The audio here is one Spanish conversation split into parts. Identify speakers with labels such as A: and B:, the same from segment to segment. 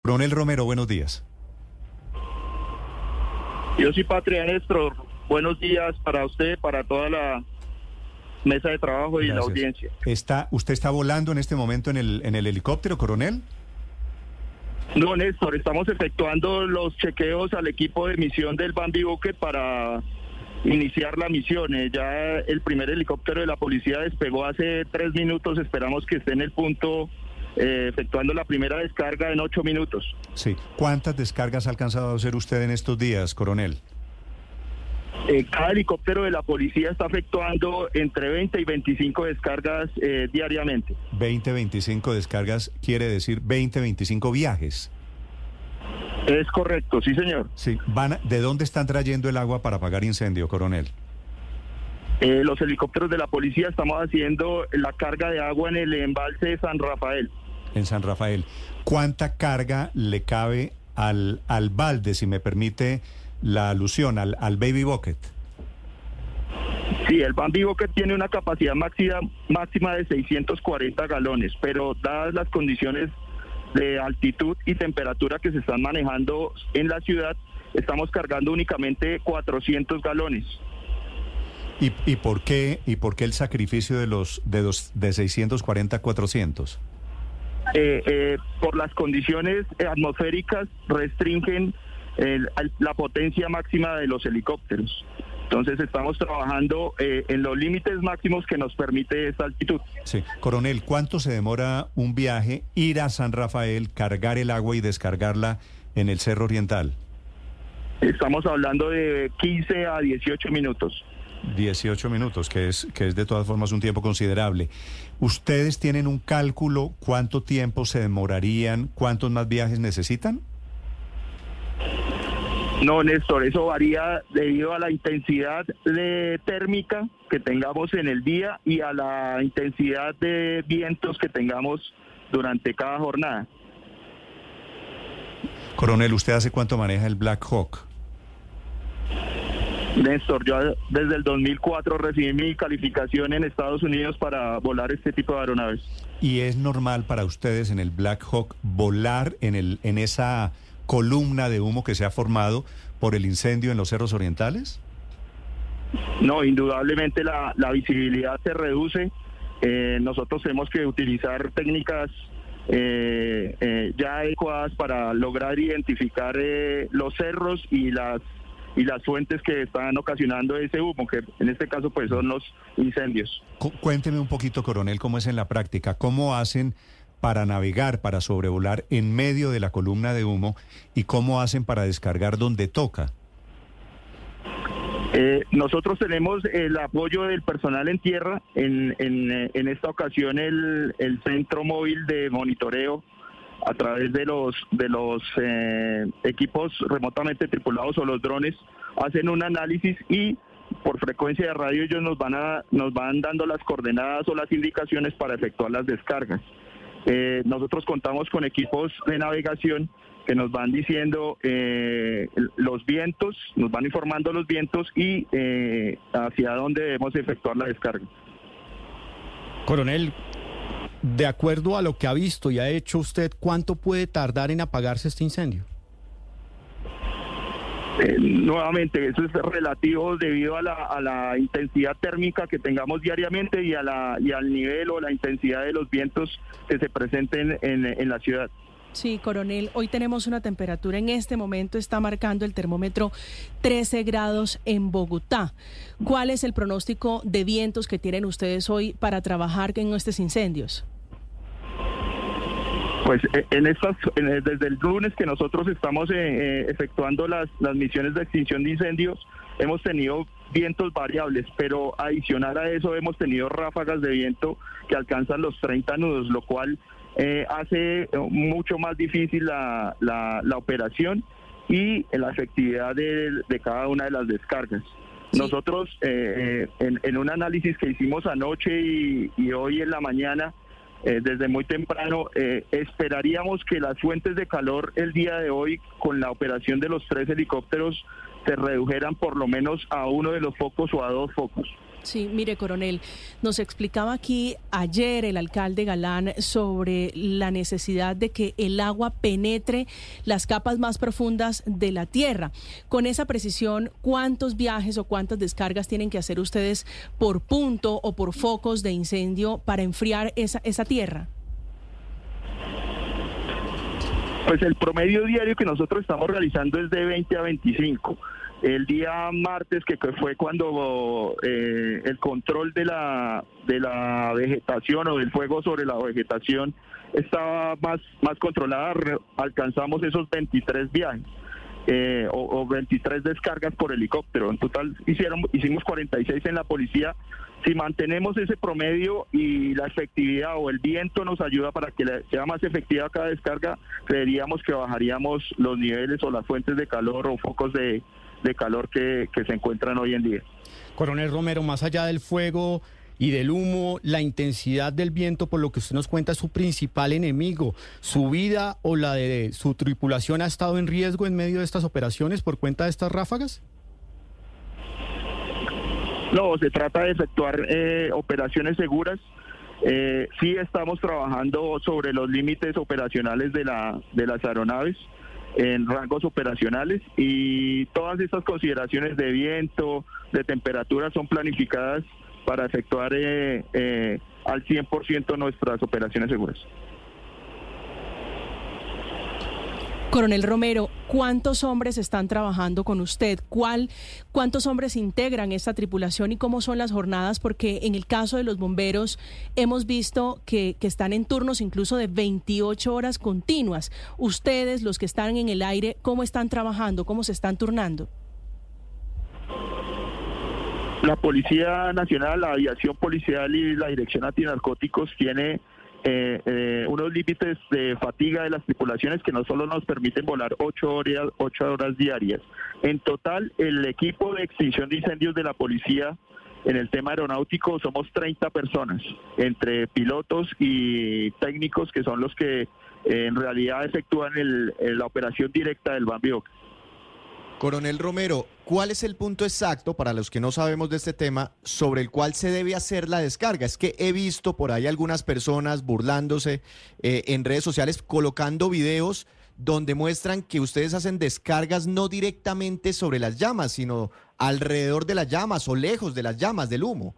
A: Coronel Romero, buenos días.
B: Yo soy Patria Néstor. Buenos días para usted, para toda la mesa de trabajo y
A: Gracias.
B: la audiencia.
A: ¿Usted está volando en este momento en el helicóptero, coronel?
B: No, Néstor, estamos efectuando los chequeos al equipo de misión del Bambi Bucket para iniciar la misión. Ya el primer helicóptero de la policía despegó hace 3 minutos. Esperamos que esté en el punto efectuando la primera descarga en 8 minutos.
A: Sí. ¿Cuántas descargas ha alcanzado a hacer usted en estos días, coronel?
B: Cada helicóptero de la policía está efectuando entre 20 y 25 descargas diariamente.
A: 20, 25 descargas quiere decir 20, 25 viajes.
B: Es correcto, sí, señor.
A: Sí. ¿De dónde están trayendo el agua para apagar incendio, coronel?
B: Los helicópteros de la policía estamos haciendo la carga de agua en el embalse de San Rafael.
A: En San Rafael. ¿Cuánta carga le cabe al balde, si me permite la alusión, al Baby Bucket?
B: Sí, el Bambi Bucket tiene una capacidad máxima de 640 galones, pero dadas las condiciones de altitud y temperatura que se están manejando en la ciudad, estamos cargando únicamente 400 galones.
A: ¿Y por qué el sacrificio de 640 a 400?
B: Por las condiciones atmosféricas restringen la potencia máxima de los helicópteros. Entonces estamos trabajando en los límites máximos que nos permite esta altitud.
A: Sí. Coronel, ¿cuánto se demora un viaje, ir a San Rafael, cargar el agua y descargarla en el Cerro Oriental?
B: Estamos hablando de 15 a 18 minutos.
A: 18 minutos, que es de todas formas un tiempo considerable. ¿Ustedes tienen un cálculo cuánto tiempo se demorarían, cuántos más viajes necesitan?
B: No, Néstor, eso varía debido a la intensidad térmica que tengamos en el día y a la intensidad de vientos que tengamos durante cada jornada.
A: Coronel, ¿usted hace cuánto maneja el Black Hawk?
B: Néstor, yo desde el 2004 recibí mi calificación en Estados Unidos para volar este tipo de aeronaves.
A: ¿Y es normal para ustedes en el Black Hawk volar en esa columna de humo que se ha formado por el incendio en los cerros orientales?
B: No, indudablemente la visibilidad se reduce. Nosotros tenemos que utilizar técnicas ya adecuadas para lograr identificar los cerros y las fuentes que están ocasionando ese humo, que en este caso pues son los incendios.
A: Cuénteme un poquito, coronel, cómo es en la práctica, cómo hacen para navegar, para sobrevolar en medio de la columna de humo y cómo hacen para descargar donde toca.
B: Nosotros tenemos el apoyo del personal en tierra, en esta ocasión el centro móvil de monitoreo a través de los equipos remotamente tripulados o los drones hacen un análisis y por frecuencia de radio ellos nos van dando las coordenadas o las indicaciones para efectuar las descargas. Nosotros contamos con equipos de navegación que nos van diciendo los vientos, nos van informando los vientos y hacia dónde debemos efectuar la descarga.
C: Coronel, de acuerdo a lo que ha visto y ha hecho usted, ¿cuánto puede tardar en apagarse este incendio?
B: Nuevamente, eso es relativo debido a la intensidad térmica que tengamos diariamente y al nivel o la intensidad de los vientos que se presenten en la ciudad.
D: Sí, coronel, hoy tenemos una temperatura, en este momento está marcando el termómetro 13 grados en Bogotá. ¿Cuál es el pronóstico de vientos que tienen ustedes hoy para trabajar en estos incendios?
B: Pues desde el lunes que nosotros estamos efectuando las misiones de extinción de incendios, hemos tenido vientos variables, pero adicional a eso hemos tenido ráfagas de viento que alcanzan los 30 nudos, lo cual hace mucho más difícil la operación y la efectividad de cada una de las descargas. Sí. Nosotros en un análisis que hicimos anoche y hoy en la mañana, desde muy temprano, esperaríamos que las fuentes de calor el día de hoy, con la operación de los 3 helicópteros, se redujeran por lo menos a uno de los focos o a 2 focos.
D: Sí, mire, coronel, nos explicaba aquí ayer el alcalde Galán sobre la necesidad de que el agua penetre las capas más profundas de la tierra. Con esa precisión, ¿cuántos viajes o cuántas descargas tienen que hacer ustedes por punto o por focos de incendio para enfriar esa tierra?
B: Pues el promedio diario que nosotros estamos realizando es de 20 a 25. El día martes, que fue cuando el control de la vegetación o del fuego sobre la vegetación estaba más controlada, alcanzamos esos 23 viajes o 23 descargas por helicóptero. En total hicimos 46 en la policía. Si mantenemos ese promedio y la efectividad o el viento nos ayuda para que sea más efectiva cada descarga, creeríamos que bajaríamos los niveles o las fuentes de calor o focos de calor que se encuentran hoy en día.
C: Coronel Romero, más allá del fuego y del humo, la intensidad del viento, por lo que usted nos cuenta, es su principal enemigo. ¿Su vida o la de su tripulación ha estado en riesgo en medio de estas operaciones por cuenta de estas ráfagas?
B: No, se trata de efectuar operaciones seguras. Sí estamos trabajando sobre los límites operacionales de las aeronaves en rangos operacionales, y todas estas consideraciones de viento, de temperatura son planificadas para efectuar al 100% nuestras operaciones seguras.
D: Coronel Romero, ¿cuántos hombres están trabajando con usted? ¿Cuántos hombres integran esta tripulación y cómo son las jornadas? Porque en el caso de los bomberos hemos visto que están en turnos incluso de 28 horas continuas. Ustedes, los que están en el aire, ¿cómo están trabajando? ¿Cómo se están turnando?
B: La Policía Nacional, la Aviación Policial y la Dirección Antinarcóticos tiene unos límites de fatiga de las tripulaciones que no solo nos permiten volar 8 horas diarias. En total, el equipo de extinción de incendios de la policía en el tema aeronáutico somos 30 personas, entre pilotos y técnicos, que son los que en realidad efectúan la operación directa del Bambi Boca.
E: Coronel Romero, ¿cuál es el punto exacto, para los que no sabemos de este tema, sobre el cual se debe hacer la descarga? Es que he visto por ahí algunas personas burlándose en redes sociales, colocando videos donde muestran que ustedes hacen descargas no directamente sobre las llamas, sino alrededor de las llamas o lejos de las llamas, del humo.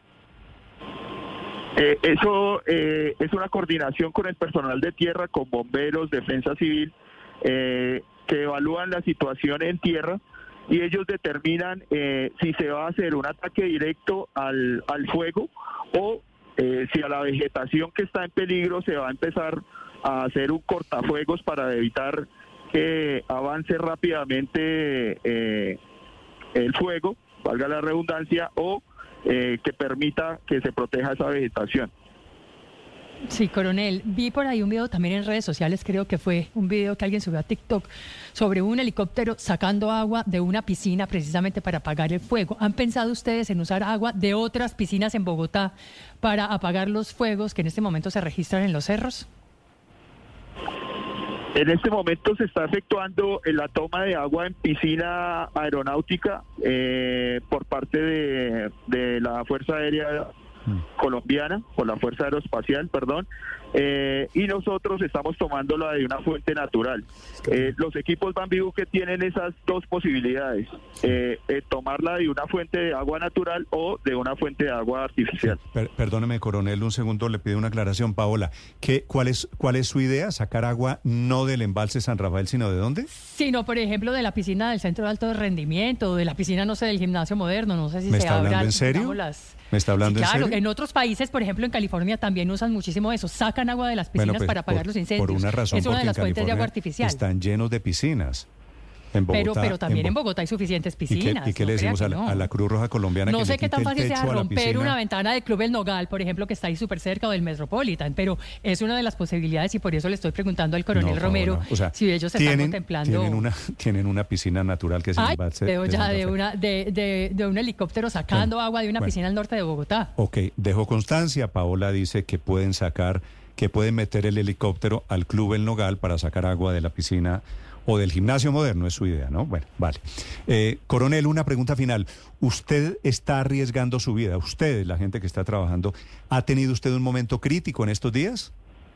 B: Eso es una coordinación con el personal de tierra, con bomberos, defensa civil, que evalúan la situación en tierra, y ellos determinan si se va a hacer un ataque directo al fuego o si a la vegetación que está en peligro se va a empezar a hacer un cortafuegos para evitar que avance rápidamente el fuego, valga la redundancia, o que permita que se proteja esa vegetación.
F: Sí, coronel, vi por ahí un video también en redes sociales, creo que fue un video que alguien subió a TikTok, sobre un helicóptero sacando agua de una piscina precisamente para apagar el fuego. ¿Han pensado ustedes en usar agua de otras piscinas en Bogotá para apagar los fuegos que en este momento se registran en los cerros?
B: En este momento se está efectuando la toma de agua en piscina aeronáutica por parte de la Fuerza Aérea Colombiana, o la Fuerza Aeroespacial, perdón, y nosotros estamos tomándola de una fuente natural. Los equipos Bambi Boca tienen esas dos posibilidades, tomarla de una fuente de agua natural o de una fuente de agua artificial.
A: Perdóneme, coronel, un segundo, le pido una aclaración. Paola, ¿cuál es su idea? ¿Sacar agua no del embalse San Rafael, sino de dónde?
F: Sino, por ejemplo, de la piscina del Centro de Alto Rendimiento, de la piscina, no sé, del Gimnasio Moderno, no sé si
A: ¿Me
F: se
A: está hablando
F: abran,
A: en serio?
F: digamos,
A: ¿Me está hablando
F: sí,
A: en
F: claro,
A: serio?
F: en otros países, por ejemplo, en California también usan muchísimo eso, sacan agua de las piscinas para apagar los incendios.
A: Por una razón,
F: es una de las
A: porque en
F: fuentes de agua
A: California
F: artificial.
A: están llenos de piscinas. En Bogotá,
F: pero también en Bogotá hay suficientes piscinas.
A: ¿Y qué le decimos a la Cruz Roja Colombiana?
F: No
A: que
F: sé
A: le
F: qué tan
A: quite el
F: fácil sea
A: techo a la
F: romper
A: piscina?
F: una ventana del Club El Nogal, por ejemplo, que está ahí súper cerca, o del Metropolitan, pero es una de las posibilidades, y por eso le estoy preguntando al coronel Romero,
A: o sea,
F: si ellos están contemplando...
A: Tienen una piscina natural que se
F: Ay, veo ya de un helicóptero sacando agua de una piscina al norte de Bogotá.
A: Ok, dejo constancia. Paola dice que pueden meter el helicóptero al Club El Nogal para sacar agua de la piscina o del gimnasio moderno, es su idea, ¿no? Bueno, vale. Coronel, una pregunta final. ¿Usted está arriesgando su vida? Usted, la gente que está trabajando, ¿ha tenido usted un momento crítico en estos días?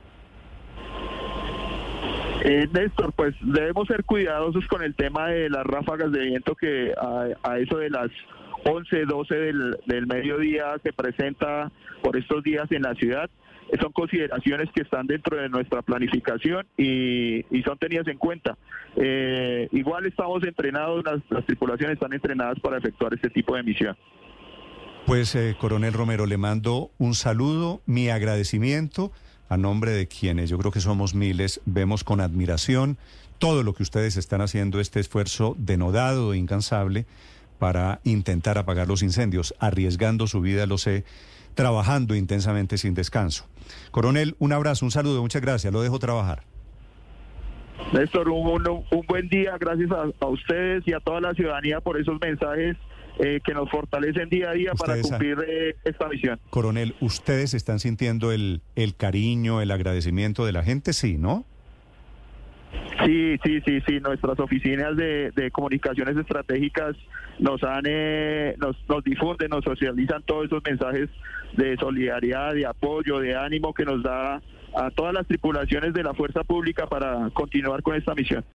B: Néstor, pues debemos ser cuidadosos con el tema de las ráfagas de viento que a eso de las 11, 12 del mediodía se presenta por estos días en la ciudad. Son consideraciones que están dentro de nuestra planificación y son tenidas en cuenta. Igual estamos entrenados, las tripulaciones están entrenadas para efectuar este tipo de misión.
A: Pues, Coronel Romero, le mando un saludo, mi agradecimiento a nombre de quienes, yo creo que somos miles, vemos con admiración todo lo que ustedes están haciendo, este esfuerzo denodado e incansable para intentar apagar los incendios, arriesgando su vida, lo sé, trabajando intensamente sin descanso. Coronel, un abrazo, un saludo, muchas gracias, lo dejo trabajar.
B: Néstor, un buen día, gracias a ustedes y a toda la ciudadanía por esos mensajes que nos fortalecen día a día para cumplir esta misión.
A: Coronel, ¿ustedes están sintiendo el cariño, el agradecimiento de la gente? Sí, ¿no?
B: Sí. Nuestras oficinas de comunicaciones estratégicas nos difunden, nos socializan todos esos mensajes de solidaridad, de apoyo, de ánimo que nos da a todas las tripulaciones de la fuerza pública para continuar con esta misión.